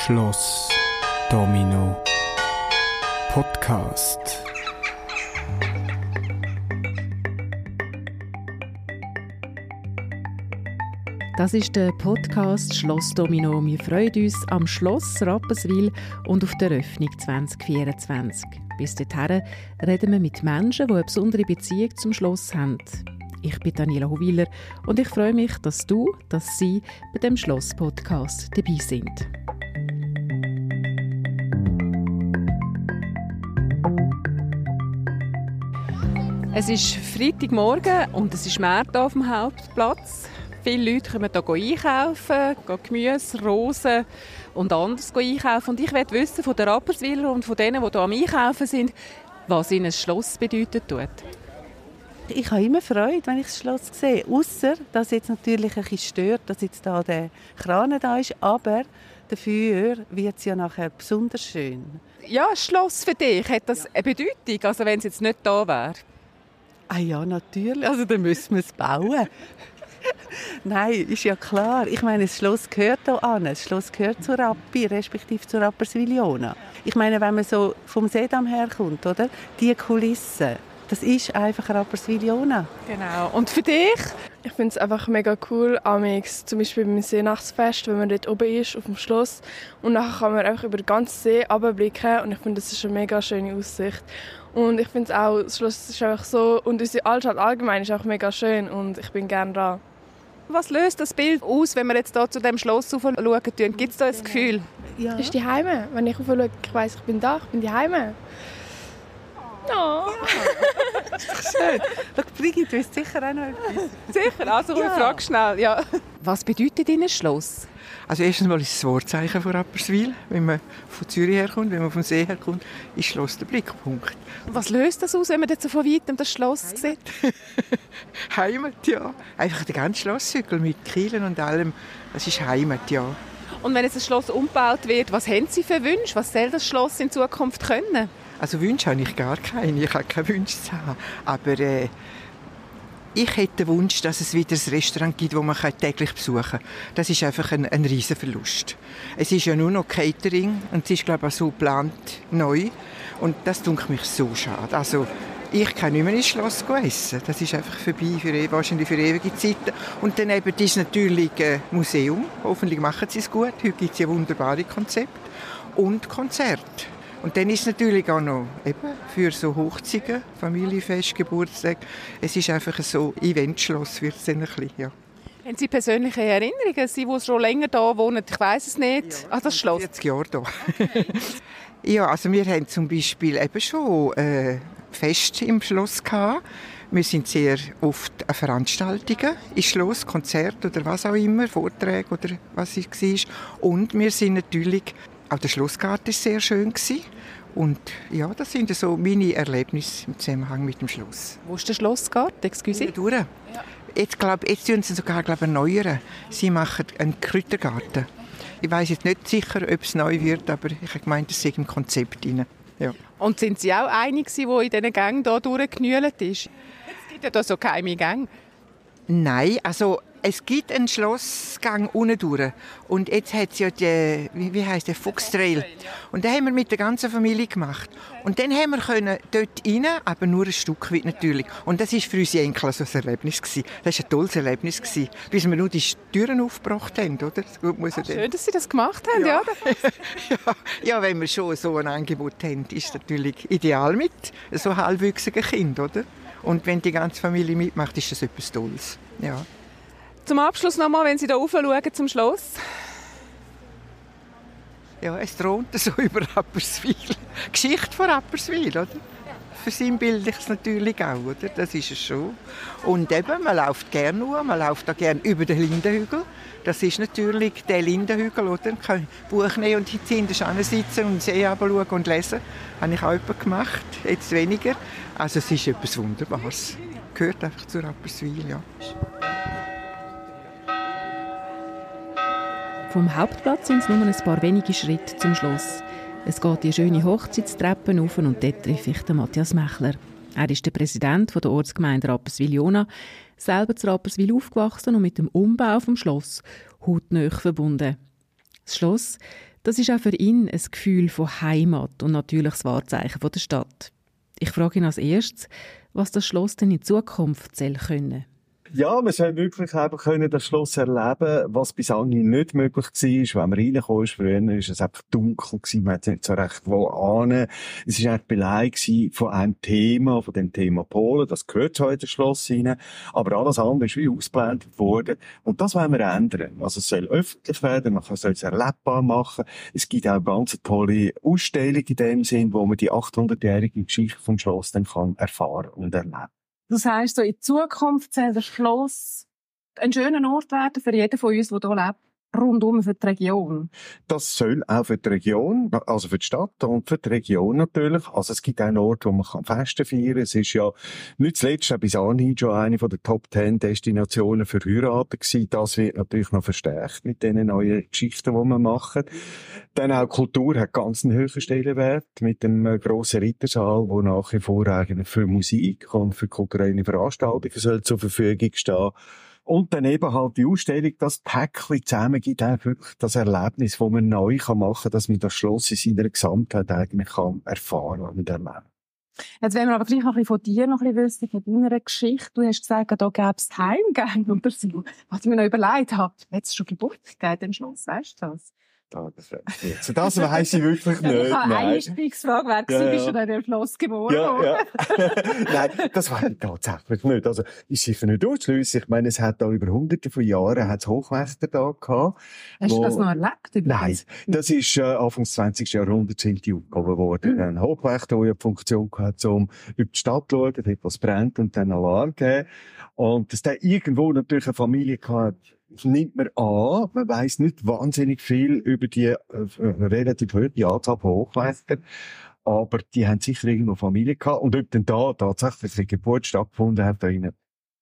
Schloss Domino Podcast. Das ist der Podcast Schloss Domino. Wir freuen uns am Schloss Rapperswil und auf der Eröffnung 2024. Bis dahin reden wir mit Menschen, die eine besondere Beziehung zum Schloss haben. Ich bin Daniela Howiller und ich freue mich, dass Sie bei dem Schloss-Podcast dabei sind. Es ist Freitagmorgen und es ist März auf dem Hauptplatz. Viele Leute kommen hier einkaufen, Gemüse, Rosen und anderes einkaufen. Und ich möchte wissen von den Rapperswiler und von denen, die hier am Einkaufen sind, was ihnen ein Schloss bedeutet tut. Ich habe immer Freude, wenn ich das Schloss sehe. Ausser, dass es jetzt natürlich ein bisschen stört, dass jetzt da der Kran da ist. Aber dafür wird es ja nachher besonders schön. Ja, ein Schloss für dich, hat das eine Bedeutung, also wenn es jetzt nicht da wäre? Ah ja, natürlich. Also dann müssen wir es bauen. Nein, ist ja klar. Ich meine, das Schloss gehört hier an. Das Schloss gehört zu Rappi, respektive zu Rapperswil-Jona. Ich meine, wenn man so vom Seedam herkommt, oder? Die Kulisse, das ist einfach Rapperswil-Jona. Genau. Und für dich? Ich finde es einfach mega cool, zum Beispiel beim Seenachtsfest, wenn man dort oben ist, auf dem Schloss. Und nachher kann man einfach über den ganzen See runterblicken. Und ich finde, das ist eine mega schöne Aussicht. Und ich finde es auch, das Schloss ist einfach so, und unsere Altstadt allgemein ist auch mega schön und ich bin gerne da. Was löst das Bild aus, wenn wir jetzt hier zu dem Schloss schauen? Gibt es da ein Gefühl? Ja. Das ist die Heime. Wenn ich schaue, ich weiss, ich bin da, ich bin die Heime. Oh. Ja. Das ist schön. Schau, Brigitte, du weißt sicher auch noch etwas. Sicher, also ja. Frag schnell. Ja. Was bedeutet Ihnen Schloss? Also erstens mal ist es das Wortzeichen von Rapperswil. Wenn man von Zürich herkommt, wenn man vom See herkommt, ist Schloss der Blickpunkt. Was löst das aus, wenn man jetzt so von weitem das Schloss sieht? Heimat, ja. Einfach der ganze Schlosshügel mit Kielen und allem, das ist Heimat, ja. Und wenn jetzt das Schloss umgebaut wird, was haben Sie für Wünsche? Was soll das Schloss in Zukunft können? Also Wünsche habe ich gar keine. Ich habe keine Wünsche zu haben. Aber ich hätte den Wunsch, dass es wieder ein Restaurant gibt, das man täglich besuchen kann. Das ist einfach ein riesen Verlust. Es ist ja nur noch Catering und es ist, glaube ich, auch so geplant neu. Und das tut mich so schade. Also, ich kann nicht mehr ins Schloss essen. Das ist einfach vorbei, wahrscheinlich für ewige Zeiten. Und daneben ist natürlich ein Museum. Hoffentlich machen sie es gut. Heute gibt es ja wunderbare Konzepte. Und Konzerte. Und dann ist es natürlich auch noch eben für so Hochzeiten, Familienfest, Geburtstag. Es ist einfach so Eventschloss, wird es dann ein bisschen, ja. Haben Sie persönliche Erinnerungen? Sie, die schon länger da wohnen, ich weiss es nicht. Ja, das Schloss? 40 Jahre da. Okay. Ja, also wir haben zum Beispiel eben schon Fest im Schloss gehabt. Wir sind sehr oft an Veranstaltungen im Schloss, Konzerte oder was auch immer, Vorträge oder was es war. Und wir sind natürlich, auch der Schlossgarten war sehr schön. Und ja, das sind so meine Erlebnisse im Zusammenhang mit dem Schloss. Wo ist der Schlossgarten? Excuse. Durch. Ja. Jetzt tun sie sogar erneuern. Sie machen einen Kräutergarten. Ich weiss jetzt nicht sicher, ob es neu wird, aber ich habe gemeint, es sei im Konzept drin. Ja. Und sind Sie auch einig, die in diesen Gängen hier durchgenühlt ist? Es gibt ja da so geheime Gänge. Nein, also es gibt einen Schlossgang unten durch. Und jetzt hat es ja wie heisst der Fuchstrail. Und den haben wir mit der ganzen Familie gemacht. Und dann haben wir dort rein, aber nur ein Stück weit natürlich. Und das war für unsere Enkel so ein Erlebnis gewesen. Das war ein tolles Erlebnis gewesen, bis wir nur die Türen aufgebracht haben, oder? Schön, dass Sie das gemacht haben, ja. Ja, wenn wir schon so ein Angebot haben, ist es natürlich ideal mit so halbwüchsigen Kindern, oder? Und wenn die ganze Familie mitmacht, ist das etwas Tolles. Ja. Zum Abschluss nochmal, wenn Sie hier raufschauen zum Schloss. Ja, es thront so über Rapperswil. Geschichte von Rapperswil, oder? Versinnbildlich es natürlich auch, oder? Das ist es schon. Und eben, man läuft gerne nur, man läuft auch gerne über den Lindenhügel. Das ist natürlich der Lindenhügel, oder? Man kann ein Buch nehmen und in der Schanne sitzen und den See runterschauen und lesen. Das habe ich auch etwas gemacht, jetzt weniger. Also es ist etwas Wunderbares. Gehört einfach zu Rapperswil, ja. Vom Hauptplatz sind es nur ein paar wenige Schritte zum Schloss. Es geht die schöne Hochzeitstreppe rauf und dort treffe ich den Matthias Mechler. Er ist der Präsident der Ortsgemeinde Rapperswil-Jona, selber zu Rapperswil aufgewachsen und mit dem Umbau vom Schloss hautnah verbunden. Das Schloss, Das ist auch für ihn ein Gefühl von Heimat und natürlich das Wahrzeichen der Stadt. Ich frage ihn als erstes, was das Schloss denn in Zukunft soll können. Ja, man soll wirklich eben können das Schloss erleben, was bis anhin nicht möglich war. Wenn man reingekommen ist, früher war es einfach dunkel gewesen, man hat nicht so recht wo ahnen. Es war eigentlich Beleg von einem Thema, von dem Thema Polen, das gehört schon in das Schloss rein, aber alles andere ist wie ausgeblendet worden. Und das wollen wir ändern. Also es soll öffentlich werden, man soll es erlebbar machen. Es gibt auch ganz tolle Ausstellungen in dem Sinn, wo man die 800-jährige Geschichte vom Schloss dann kann erfahren und erleben. Das heisst, so in Zukunft soll das Schloss ein schöner Ort werden für jeden von uns, der hier lebt, rundum für die Region. Das soll auch für die Region, also für die Stadt und für die Region natürlich. Also es gibt auch einen Ort, wo man Feste feiern kann. Es ist ja nicht zuletzt auch bis anhin schon eine von der Top 10 Destinationen für Heiraten gewesen. Das wird natürlich noch verstärkt mit den neuen Geschichten, die wir machen. Dann auch Kultur hat ganz einen hohen Stellenwert mit dem grossen Rittersaal, wo nach wie vor eigentlich für Musik und für kulturelle Veranstaltungen soll zur Verfügung stehen. Und dann eben halt die Ausstellung, das Päckchen zusammen gibt auch wirklich das Erlebnis, das man neu machen kann, dass man das Schloss in seiner Gesamtheit eigentlich kann erfahren und erleben. Jetzt wollen wir aber vielleicht noch ein bisschen von dir noch ein bisschen wissen, von deiner Geschichte. Du hast gesagt, da gäbe es Heimgänge oder so. Was ich mir noch überlegt habe, hat es schon Geburtstag gegeben im Schloss, weißt du das? Das weiss ich wirklich nicht. Ich habe eine Einstiegsfrage, wer bist du denn im Schloss geboren? Ja. Nein, das weiß ich tatsächlich nicht. Also, ist sicher nicht ausschliessen. Ich meine, es hat da über hunderte von Jahren hat's Hochwächter da gehabt. Hast du das noch erlebt? Übrigens? Nein, das ist Anfang des 20. Jahrhunderts sind die aufgehoben worden. Ein Hochwächter, der ja die Funktion hatte, um über die Stadt zu schauen, dort was brennt und dann Alarm geben. Und dass der irgendwo natürlich eine Familie hatte, nimmt man an. Man weiss nicht wahnsinnig viel über die relativ hohe Anzahl von Hochwächtern. Aber die haben sicher irgendwo Familie gehabt. Und ob denn da tatsächlich eine Geburt stattgefunden hat, da innen,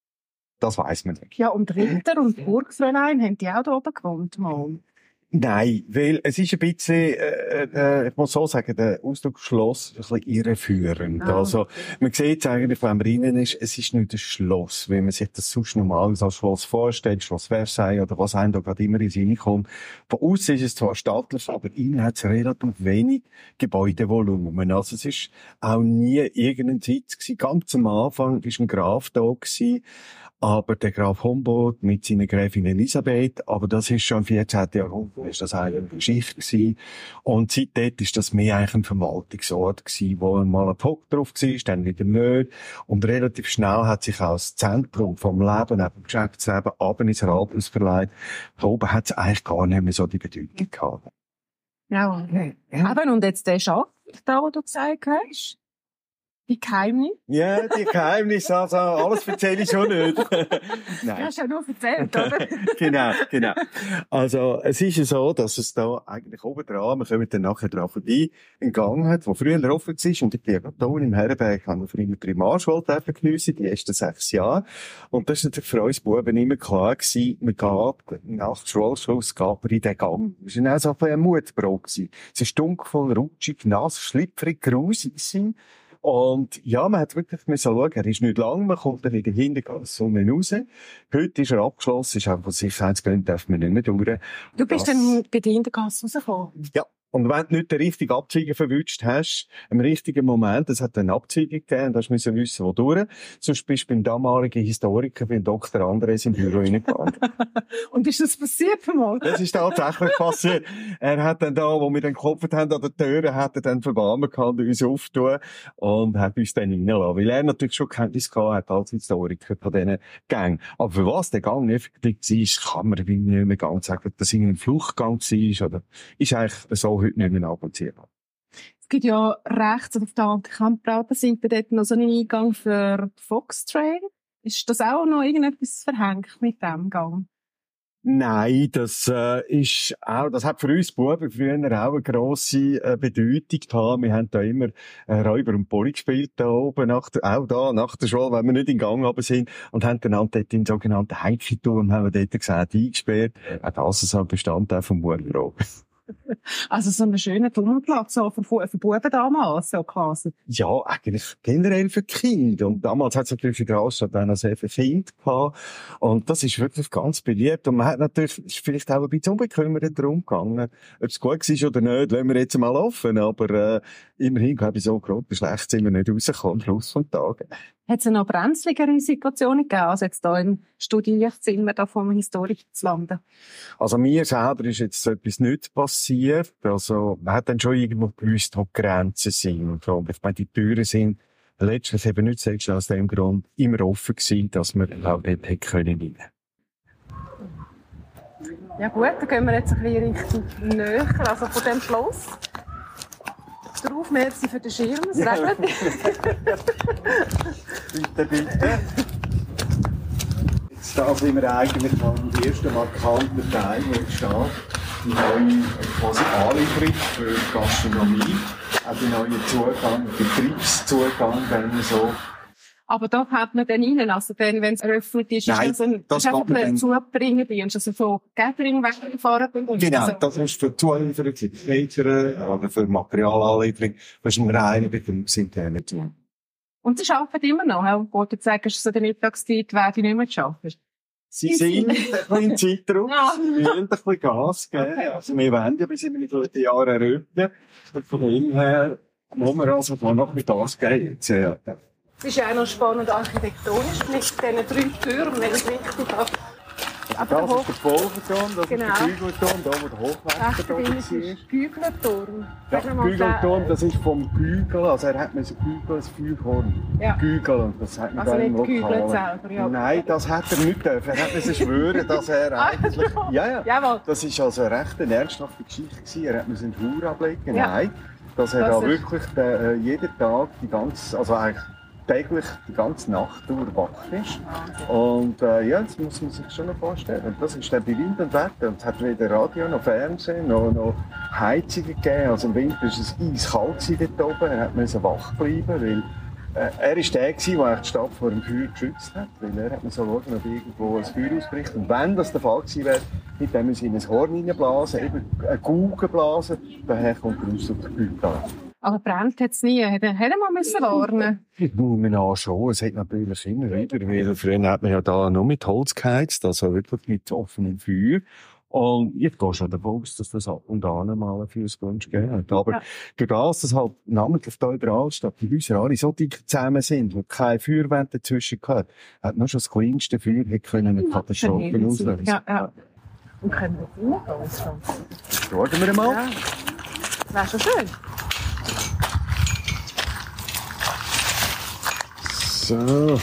das weiss man nicht. Ja, und Ritter und Burgfräulein, haben die auch da oben gewohnt mal? Nein, weil es ist ein bisschen, ich muss so sagen, der Ausdruck Schloss ist ein bisschen irreführend. Also, man sieht es eigentlich, wenn man rein ist, es ist nicht ein Schloss, wie man sich das sonst normal als Schloss vorstellt, Schloss Versailles oder was einem da gerade immer in den Sinn kommt. Von außen ist es zwar stattlich, aber innen hat es relativ wenig Gebäudevolumen. Also es ist auch nie irgendein Sitz gewesen. Ganz am Anfang war ein Graf da gewesen. Aber der Graf Humboldt mit seiner Gräfin Elisabeth, aber das ist schon im 14. Jahrhundert, ist das eigentlich eine Geschichte gewesen. Und seitdem ist das mehr eigentlich ein Verwaltungsort gewesen, wo mal ein Punkt drauf war, dann wieder nicht. Und relativ schnell hat sich auch das Zentrum vom Leben, neben dem Geschäftsleben, aber ins Rathaus verleiht. Da oben hat es eigentlich gar nicht mehr so die Bedeutung gehabt. Ja, okay. Aber und jetzt der Schacht, da, wo du gesagt hast? Die Geheimnisse? Ja, die Geheimnisse, also alles erzähle ich schon nicht. Nein. Du hast ja nur erzählt, oder? Genau. Also, es ist ja so, dass es da eigentlich oben dran, wir kommen dann nachher dran vorbei, einen Gang hat, der früher offen war, und ich bin ja hier im Herrenberg, haben wir früher die Primarschule geniessen, die ersten 6 Jahre. Und das ist natürlich für uns Buben immer klar gewesen, man geht, nach dem Schulschluss geht man in den Gang. Das war dann auch so ein Mutbrot gewesen. Es ist dunkel, rutschig, nass, schlüpfrig, grusig gewesen. Und ja, man hat wirklich schauen, er ist nicht lang, man kommt dann in die Hintergasse raus. Heute ist er abgeschlossen, ist einfach von Sicherheitsgründen, darf man nicht mehr durch. Du bist dann bei der Hintergasse rausgekommen? Ja. Und wenn du nicht den richtigen Abzeiger verwünscht hast, im richtigen Moment, es hat eine Abzeiger gegeben, da musst du wissen, wo durch. Sonst bist du beim damaligen Historiker, beim Dr. Andres im Büro reingegangen. Und ist das passiert mal? Das ist tatsächlich passiert. Er hat dann da, wo wir dann geklopft haben an der Tür, hat er dann verbarmen gehabt, uns auftun und hat uns dann reingelassen. Weil er natürlich schon Kenntnis gehabt hat als Historiker von diesen Gängen. Aber für was der Gang effektiv war, kann man nicht mehr ganz sagen, ob das irgendein Fluchtgang war oder ist eigentlich so heute nicht mehr nachvollziehbar. Es gibt ja rechts auf der Antikamp-Seite dort noch so einen Eingang für die Foxtrail. Ist das auch noch irgendetwas verhängt mit dem Gang? Nein, das hat für uns Buben früher auch eine grosse Bedeutung gehabt. Wir haben da immer Räuber und Poli gespielt, da oben, nach der Schule, wenn wir nicht in den Gang runter sind, und haben dann dort im sogenannten Henketurm, haben wir dort gesagt, eingesperrt. Auch das ist ein Bestandteil vom Bubenbrot. Also so einen schönen Tummelplatz so für Buben damals, so quasi. Ja, eigentlich generell für Kinder. Und damals hat es natürlich in der Altstadt auch noch sehr viele Kinder gehabt. Und das ist wirklich ganz beliebt. Und man hat natürlich, ist vielleicht auch ein bisschen unbekümmert darum gegangen, ob es gut war oder nicht, lassen wir jetzt mal offen. Aber immerhin, glaube ich, so grob schlecht sind wir nicht rausgekommen am Schluss des Tages. Hat es noch brenzligere Situationen gegeben, als jetzt hier im Studierzimmer da vom Historiker zu landen? Also mir selber ist jetzt so etwas nicht passiert. Also man hat dann schon irgendwo gewusst, wo die Grenzen sind. Und so. Ich meine, die Türen sind letztlich eben nicht selbst aus dem Grund immer offen gewesen, dass man auch dort hätte können rein. Ja gut, dann gehen wir jetzt ein bisschen Richtung näher, also von dem Schloss. Drauf, merci für den Schirm, es regnet. Bitte. Jetzt da sind wir eigentlich am ersten markanten Teil, wo jetzt steht, die neue quasi Anlieferung für Gastronomie, auch die neue Zugang, Betriebszugang, wenn man so. Aber da hat man dann rein, also dann, wenn es eröffnet ist, Nein, ist das das einfach kann man ein Zubringen, also von Gathering weggefahren. Genau, das ist für die Zulieferung, für die Fletcher oder für Materialanlieferung. Das ist ein reiner Betriebsinterner. Ja. Und sie arbeiten immer noch. Ich wollte jetzt sagen, es ist so der Mittagszeit, werde ich nicht mehr arbeiten. Sie sind ein bisschen Zeitraum, sie wollen ein bisschen Gas geben. Okay. Also wir wollen ja bis in die guten Jahre eröffnen. Und von dem her muss man also noch mit Gas geben. Ja. Es ist ja auch noch spannend architektonisch mit diesen 3 Türmen, wenn ich es richtig habe. Das ist der Volverturm, das ist der Gügelturm, da wo der Hochwasserturm ist. Güglerturm. Ja, Gügelturm, das ist vom Gügel, also er hat müssen Gügel, ein Feuerhorn. Ja. Gügel, und das hat man also da im nicht Gügel Lokal. selber, ja. Nein, das hat er nicht dürfen. Er hat müssen schwören, dass er eigentlich... Ja. Jawohl. Das ist also eine recht ernsthafte Geschichte gewesen. Er hat müssen den Hauer ablegen. Ja. Nein, dass er da wirklich jeden Tag die ganze, also eigentlich täglich die ganze Nacht durch wach ist. Und ja, das muss man sich schon noch vorstellen. Und das ist dann bei Wind und Wetter. Und es hat weder Radio noch Fernsehen noch Heizungen gegeben. Also im Winter war es eiskalt dort oben. Er musste wach bleiben, weil er war der, der die Stadt vor dem Feuer geschützt hat. Weil er hat schauen, ob irgendwo ein Feuer ausbricht. Und wenn das der Fall gewesen wäre, dann müssen sie in ein Horn reinblasen, eben eine Gauge blasen. Daher kommt der Ausdruck Güter. Aber brennt hat es nie. Hätte man warnen müssen. Ja, schon. Es hat natürlich immer wieder, weil früher hat man ja da nur mit Holz geheizt, also wirklich mit offenem Feuer. Und jetzt gehst du schon davon aus, dass das ab und an mal ein Feuersbrunsch gegeben hat. Aber durch das, dass halt namentlich hier in der Altstadt die Häuser alle so dick zusammen sind, wo keine Feuerwände dazwischen gehört, hat noch schon das kleinste Feuer eine Katastrophe auslösen. Ja. Und können wir reingehen? Schauen wir mal. Ja. Das wäre schon schön. So.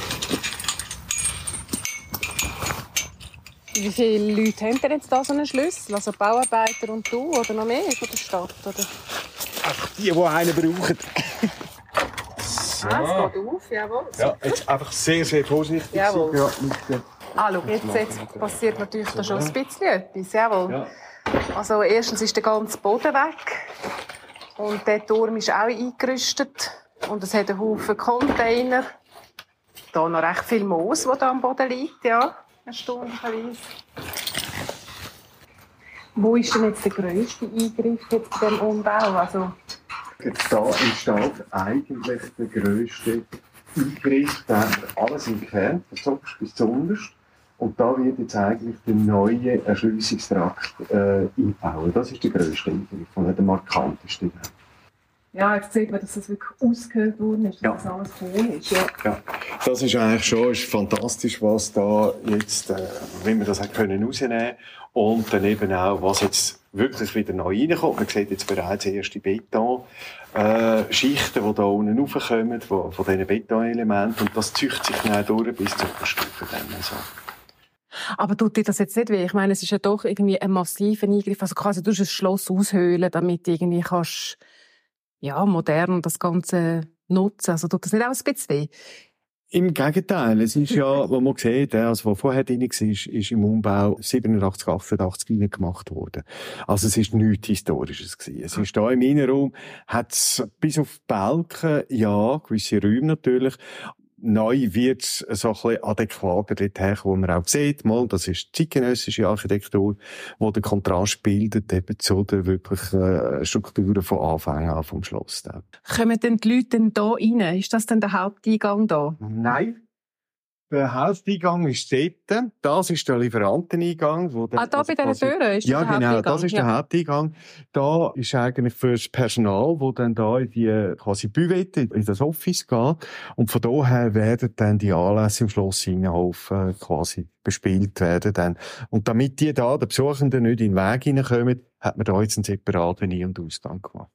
Wie viele Leute haben denn jetzt da so einen Schlüssel? Also Bauarbeiter und du oder noch mehr von der Stadt? Oder? Ach, die einen brauchen. So. Es geht auf, jawohl. Ja, jetzt einfach sehr, sehr vorsichtig sein. Jawohl. Ja, schau, jetzt passiert natürlich da schon ein bisschen etwas. Jawohl. Ja. Also erstens ist der ganze Boden weg. Und der Turm ist auch eingerüstet. Und es hat einen Haufen Container. Da noch recht viel Moos, das hier am Boden liegt, ja. Erstaunlicherweise. Wo ist denn jetzt der grösste Eingriff jetzt bei diesem Umbau? Also da entsteht eigentlich der grösste Eingriff. Da haben wir alles im Kern, von zuoberst bis zuunterst. Und da wird jetzt eigentlich der neue Erschliessungstrakt einbauen. Das ist der grösste Eingriff und der markanteste. ja, jetzt sieht man, dass das wirklich ausgehöhlt worden ist, dass das alles hohl ist. Ja, das ist eigentlich schon fantastisch, was da jetzt, wie wir das rausnehmen können. Und dann eben auch, was jetzt wirklich wieder neu reinkommt. Man sieht jetzt bereits erste Betonschichten, die da unten raufkommen, von diesen Betonelementen. Und das züchtet sich dann durch bis zur Stufe. So. Aber tut dir das jetzt nicht weh? Ich meine, es ist ja doch irgendwie ein massiver Eingriff. Also quasi du musst ein Schloss aushöhlen, damit du irgendwie kannst, ja, modern das Ganze nutzen. Also tut das nicht auch ein bisschen weh? Im Gegenteil, es ist ja, wo man sieht, also was vorher drin war, ist im Umbau 87, 88 gemacht worden. Also es ist nichts Historisches gewesen. Es ist da im Innenraum, hat es bis auf die Balken, ja, gewisse Räume natürlich, neu wird's so ein bisschen adäquater dorthin, wo man auch sieht, mal, das ist zeitgenössische Architektur, wo der Kontrast bildet eben zu den wirklichen Strukturen von Anfang an vom Schloss. Kommen denn die Leute denn da rein? Ist das denn der Haupteingang da? Nein. Der Haupteingang ist dort. Das ist der Lieferanteneingang. Wo da bei dieser Tür ist ja, der genau, Haupteingang? Das ist der Haupteingang. Da ist eigentlich für das Personal, das dann da in die quasi Büwette, in das Office geht. Und von daher werden dann die Anlässe im Schloss Innenhof quasi bespielt werden. Dann. Und damit die da, den Besuchenden, nicht in den Weg hineinkommen, hat man da jetzt einen separaten Ein- und Ausgang gemacht.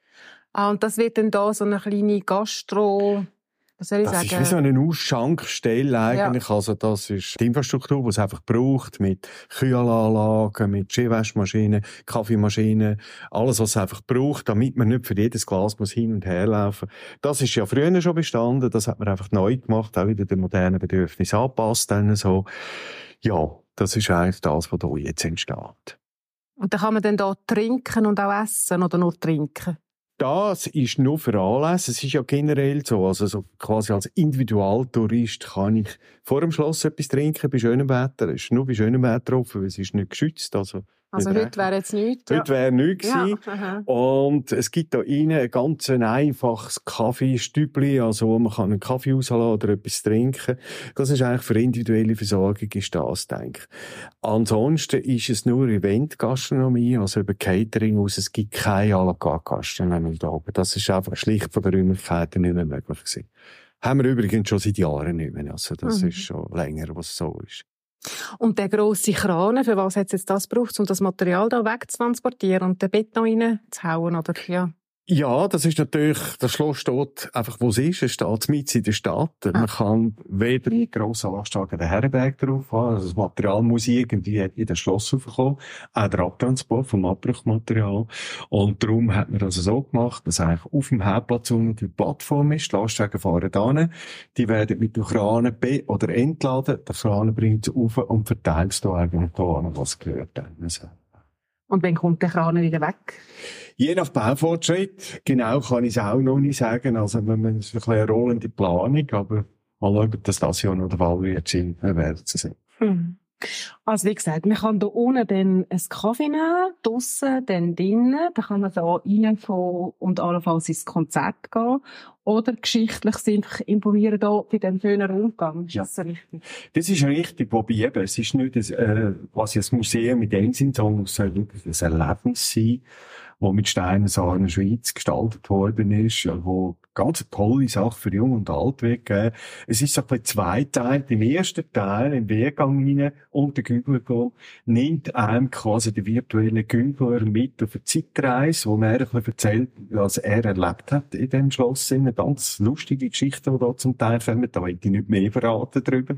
Und das wird dann da so eine kleine Gastro... Was soll ich sagen? Das ist wie so eine Ausschankstelle eigentlich. Ja. Also das ist die Infrastruktur, die es einfach braucht, mit Kühlanlagen, mit Skiwaschmaschinen, Kaffeemaschinen, alles, was es einfach braucht, damit man nicht für jedes Glas muss hin und her laufen. Das ist ja früher schon bestanden, das hat man einfach neu gemacht, auch wieder den modernen Bedürfnissen angepasst. Dann so. Ja, das ist eigentlich das, was hier jetzt entsteht. Und dann kann man dann da trinken und auch essen oder nur trinken? Das ist nur für Anlässe. Es ist ja generell so. Also so quasi als Individualtourist kann ich vor dem Schloss etwas trinken bei schönem Wetter. Es ist nur bei schönem Wetter offen, weil es ist nicht geschützt. Also heute wäre jetzt nichts. Heute wäre nichts gewesen. Ja. Und es gibt da rein ein ganz einfaches Kaffeestübli, also wo man einen Kaffee rauslassen oder etwas trinken. Das ist eigentlich für individuelle Versorgung, ist das, denke ich. Ansonsten ist es nur Event-Gastronomie, also über Catering aus. Es gibt keine à la carte Gastronomie da oben. Das ist einfach schlicht von den Räumlichkeiten nicht mehr möglich gewesen. Haben wir übrigens schon seit Jahren nicht mehr. Also das ist schon länger, was so ist. Und der grosse Kran, für was hat es jetzt das gebraucht, um das Material da wegzutransportieren und den Beton reinzuhauen, oder? Ja. Ja, das ist natürlich, das Schloss steht einfach, wo es ist. Es steht mitten in der Stadt. Man kann weder die grossen Lastwagen den Herrenberg drauf haben, also das Material muss irgendwie in das Schloss raufkommen, auch der Abtransport vom Abbruchmaterial. Und darum hat man das so gemacht, dass eigentlich auf dem Hauptplatz unten die Plattform ist, die Lastwagen fahren da hin, die werden mit dem Kran oder entladen, der Kran bringt es rauf und verteilt es da eigentlich da an, was gehört dann. Also. Und wann kommt der Kran wieder weg? Je nach Baufortschritt, genau kann ich es auch noch nicht sagen. Also, es ist ein bisschen eine rollende Planung, aber mal schauen, ob das Jahr noch der Fall wird sein, werden zu sehen. Also, wie gesagt, man kann da unten dann einen Kaffee nehmen, draussen, dann drinnen, dann kann man da reinkommen und allenfalls ins Konzert gehen. Oder geschichtlich sind imponieren da bei dem schönen Rundgang. Ist das so richtig? Das ist richtig, wobei eben, es ist nicht quasi ein Museum in dem Sinn, sondern es soll wirklich ein Erlebnis sein, wo mit Steinensaaren Schweiz gestaltet worden ist, wo ganz eine tolle Sache für Jung und Alt wird geben. Es ist so ein bisschen zweiteilt. Im ersten Teil, im Wehrgang hinein und der Gügler nimmt einem quasi den virtuellen Gügler mit auf eine Zeitreise, wo er ein bisschen erzählt, was er erlebt hat in dem Schloss. Eine ganz lustige Geschichte, die da zum Teil kommen. Da will ich nicht mehr verraten drüber.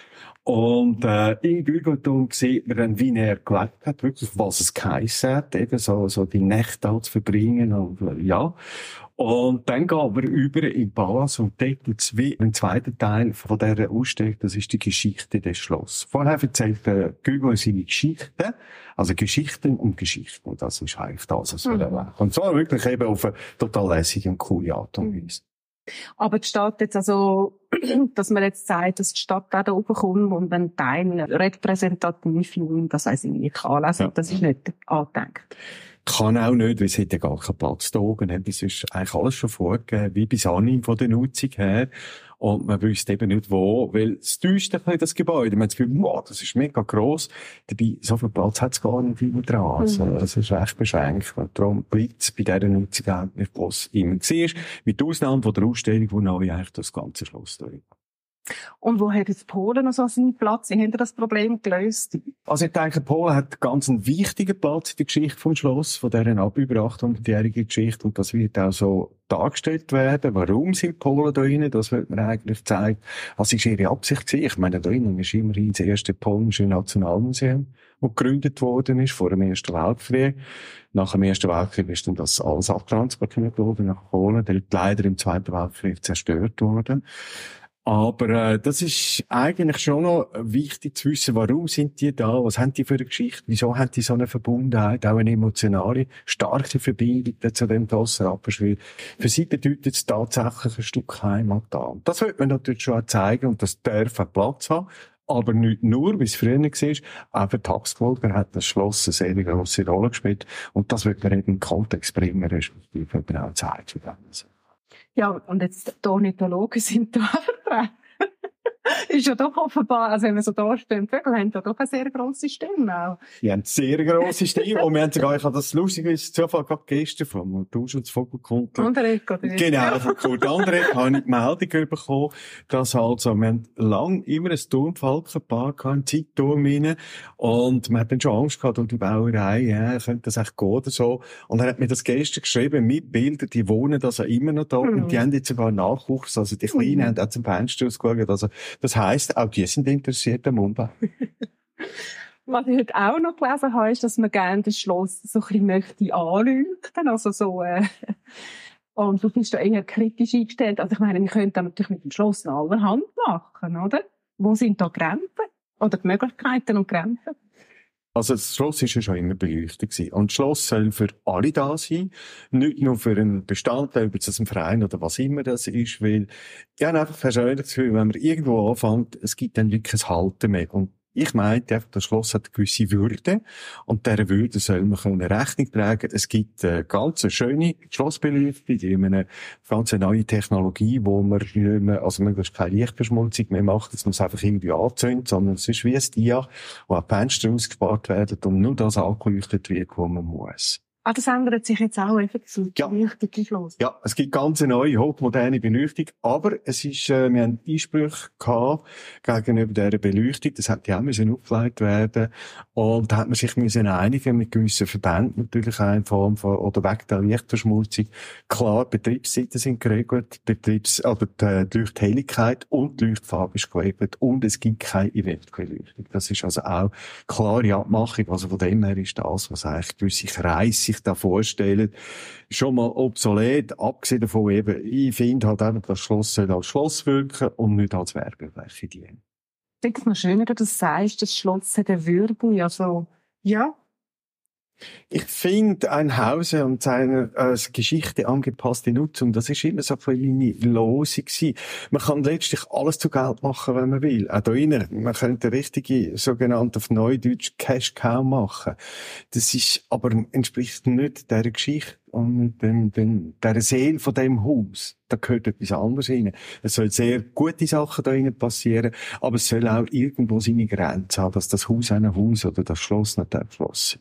Und im Gügelturm sieht man dann, wie er gelebt hat, wirklich, was es geheissen hat, eben so die Nächte da zu verbringen und ja. Und dann gehen wir über in Palast und dort gibt's wie einen zweiten Teil von dieser Ausstellung, das ist die Geschichte des Schlosses. Vorher erzählt der Gügel seine Geschichten, also Geschichten und Geschichten. Das ist eigentlich das, was wir erleben. Und zwar wirklich eben auf eine total lässige und coole Art und Weise. Aber die Stadt jetzt also, dass man jetzt sagt, dass die Stadt da oben kommt und ein Teil repräsentativ, das heisst ich anlesen, das ist nicht angedenkt. Kann auch nicht, weil es hat ja gar keinen Platz da oben. Es ist eigentlich alles schon vorgegeben, wie bis anhin von der Nutzung her. Und man wüsste eben nicht wo, weil es täuscht ein bisschen das Gebäude. Man hat das Gefühl, wow, das ist mega gross. Dabei, so viel Platz hat es gar nicht mehr dran. Also, das ist recht beschränkt. Und darum bleibt es bei dieser Nutzung auch nicht, was immer war. Mit Ausnahme von der Ausstellung, wo neu eigentlich das ganze Schloss drin ist. Und wo hat jetzt Polen noch so seinen Platz? Wie haben Sie das Problem gelöst? Also ich denke, Polen hat ganz einen wichtigen Platz in der Geschichte vom Schloss, von deren über 800-jährigen Geschichte. Und das wird auch so dargestellt werden. Warum sind Polen da drin? Das wird mir eigentlich zeigen. Was ist ihre Absicht gewesen? Ich meine, da drinnen ist immerhin das erste polnische Nationalmuseum, das gegründet worden ist, vor dem Ersten Weltkrieg. Nach dem Ersten Weltkrieg ist dann das alles abtransportiert worden nach Polen. Der ist leider im Zweiten Weltkrieg zerstört worden. Aber das ist eigentlich schon noch wichtig zu wissen, warum sind die da, was haben die für eine Geschichte, wieso haben die so eine Verbundenheit, auch eine emotionale, starke Verbindung zu dem Schloss Rapperswil. Für sie bedeutet es tatsächlich ein Stück Heimat da. Und das wird man natürlich schon auch zeigen und das darf auch Platz haben. Aber nicht nur, wie es früher war, auch für Taxfolger hat das Schloss eine sehr grosse Rolle gespielt. Und das wird man eben in den Kontext bringen, respektive eben auch zeigen. Ja, und jetzt die Ornithologen sind da vertreten. Ist ja doch offenbar, also wenn wir so da stehen, die Vögel haben ja doch eine sehr grosse Stimme auch. Die haben eine sehr grosse Stimme und wir haben sogar, ich habe das lustigerweise Zufall gehabt gestern vom Tauschschutzvogelkundler. Andrek, oder? Genau, von Kurt Andrek habe ich die Meldung bekommen, dass also, wir haben lange immer ein Turmfalkenpaar gehabt, im Zeitturm rein, und man hat dann schon Angst gehabt, durch die Bauerei, ja, könnte das echt gehen oder so. Und er hat mir das gestern geschrieben, mit Bildern, die wohnen also immer noch da, und die haben jetzt sogar Nachwuchs, also die Kleinen haben auch zum Fenster ausgeschaut, also das heisst, auch die sind interessiert am Umbau. Was ich heute auch noch gelesen habe, ist, dass man gerne das Schloss so ein bisschen möchte anleuchten, also so, und du bist da eher kritisch eingestellt. Also ich meine, wir könnten natürlich mit dem Schloss allerhand machen, oder? Wo sind da Grenzen? Oder die Möglichkeiten und Grenzen? Also das Schloss war ja schon immer beleuchtet gewesen. Und das Schloss soll für alle da sein. Nicht nur für einen Bestandteil, ob es ein Verein oder was immer das ist, weil ich habe einfach persönlich das Gefühl, wenn man irgendwo anfängt, es gibt dann wirklich kein Halten mehr. Und ich meinte einfach, das Schloss hat eine gewisse Würde. Und dieser Würde soll man Rechnung tragen. Es gibt eine ganz schöne Schlossbeleuchtung, die eine ganz neue Technologie, wo man nicht mehr, also möglichst keine Lichtverschmutzung mehr macht, dass man es einfach irgendwie anzündet, sondern es ist wie ein Dia, wo auch die Fenster ausgespart werden und nur das angeleuchtet wird, was man muss. Ah, das ändert sich jetzt auch effektiv. Ja. Beleuchtung Schloss. Ja, es gibt ganz eine neue, hochmoderne Beleuchtung, aber es ist, wir haben Einsprüche gehabt gegenüber dieser Beleuchtung, das hätte ja auch müssen aufgelegt werden, und da hat man sich müssen einigen mit gewissen Verbänden, natürlich auch in Form von, oder wegen der Lichtverschmutzung. Klar, Betriebszeiten sind geregelt, die Leuchthelligkeit und die Leuchtfarbe ist geregelt, und es gibt keine Eventbeleuchtung. Das ist also auch klare Abmachung, also von dem her ist das, was eigentlich gewisse Kreise sich da vorstellen, schon mal obsolet, abgesehen davon eben, ich finde halt einfach, das Schloss soll als Schloss wirken und nicht als Werbefläche dienen. Ich finde es noch schöner, dass du sagst, das Schloss hat eine Würde, also, ja. Ich finde, ein Haus und seine Geschichte angepasste Nutzung, das ist immer so für meine Lose gewesen. Man kann letztlich alles zu Geld machen, wenn man will. Auch da drinnen. Man könnte eine richtige, sogenannte auf Neudeutsch Cash-Cow machen. Das ist, aber entspricht nicht dieser Geschichte und der Seele von dem Haus. Da gehört etwas anderes rein. Es sollen sehr gute Sachen da drinnen passieren, aber es soll auch irgendwo seine Grenzen haben, dass das Haus ein Haus oder das Schloss nicht schloss.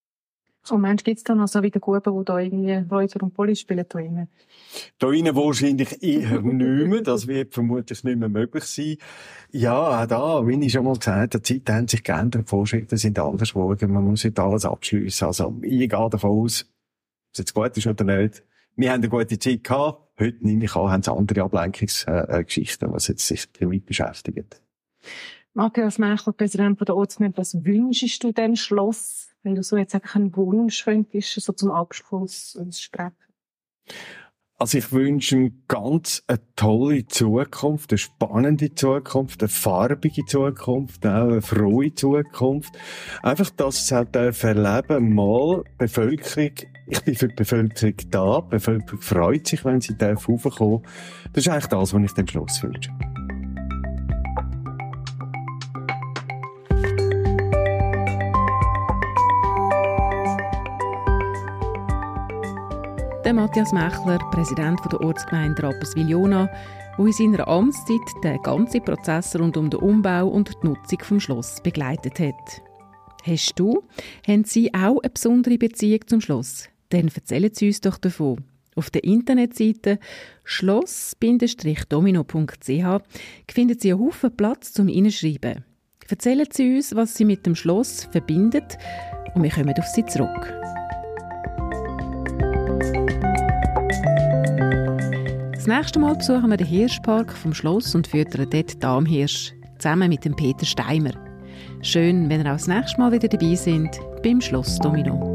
Und Mensch, gibt's da noch so wie der Guben, die da irgendwie Räuber und Poli spielen drinnen? Da drinnen wahrscheinlich eher nicht mehr. Das wird vermutlich nicht mehr möglich sein. Ja, auch da, wie ich schon mal gesagt habe, die Zeiten haben sich geändert, die Vorschriften sind anders geworden. Man muss nicht alles abschliessen. Also, ich gehe davon aus, ob es jetzt gut ist oder nicht. Wir haben eine gute Zeit gehabt. Heute, nehme ich an, haben sie andere Ablenkungsgeschichten, was jetzt sich damit beschäftigen. Matthias Mächler, Präsident der Ortsgemeinde, was wünschst du dem Schloss? Wenn du so jetzt einfach einen Wunsch könntest, so zum Abschluss sprechen. Also ich wünsche ihm ganz eine tolle Zukunft, eine spannende Zukunft, eine farbige Zukunft, auch eine frohe Zukunft. Einfach, dass es halt erleben, mal Bevölkerung, ich bin für die Bevölkerung da, die Bevölkerung freut sich, wenn sie raufkommen. Das ist eigentlich das, was ich dem Schluss wünsche. Der Matthias Mächler, Präsident der Ortsgemeinde Rapperswil-Jona, der in seiner Amtszeit den ganzen Prozess rund um den Umbau und die Nutzung des Schlosses begleitet hat. Hast du? Haben Sie auch eine besondere Beziehung zum Schloss? Dann erzählen Sie uns doch davon. Auf der Internetseite schloss-domino.ch finden Sie einen Haufen Platz zum Hineinschreiben. Erzählen Sie uns, was Sie mit dem Schloss verbindet, und wir kommen auf Sie zurück. Das nächste Mal besuchen wir den Hirschpark vom Schloss und füttern dort Damhirsch, zusammen mit dem Peter Steimer. Schön, wenn ihr auch das nächste Mal wieder dabei sind beim Schloss Domino.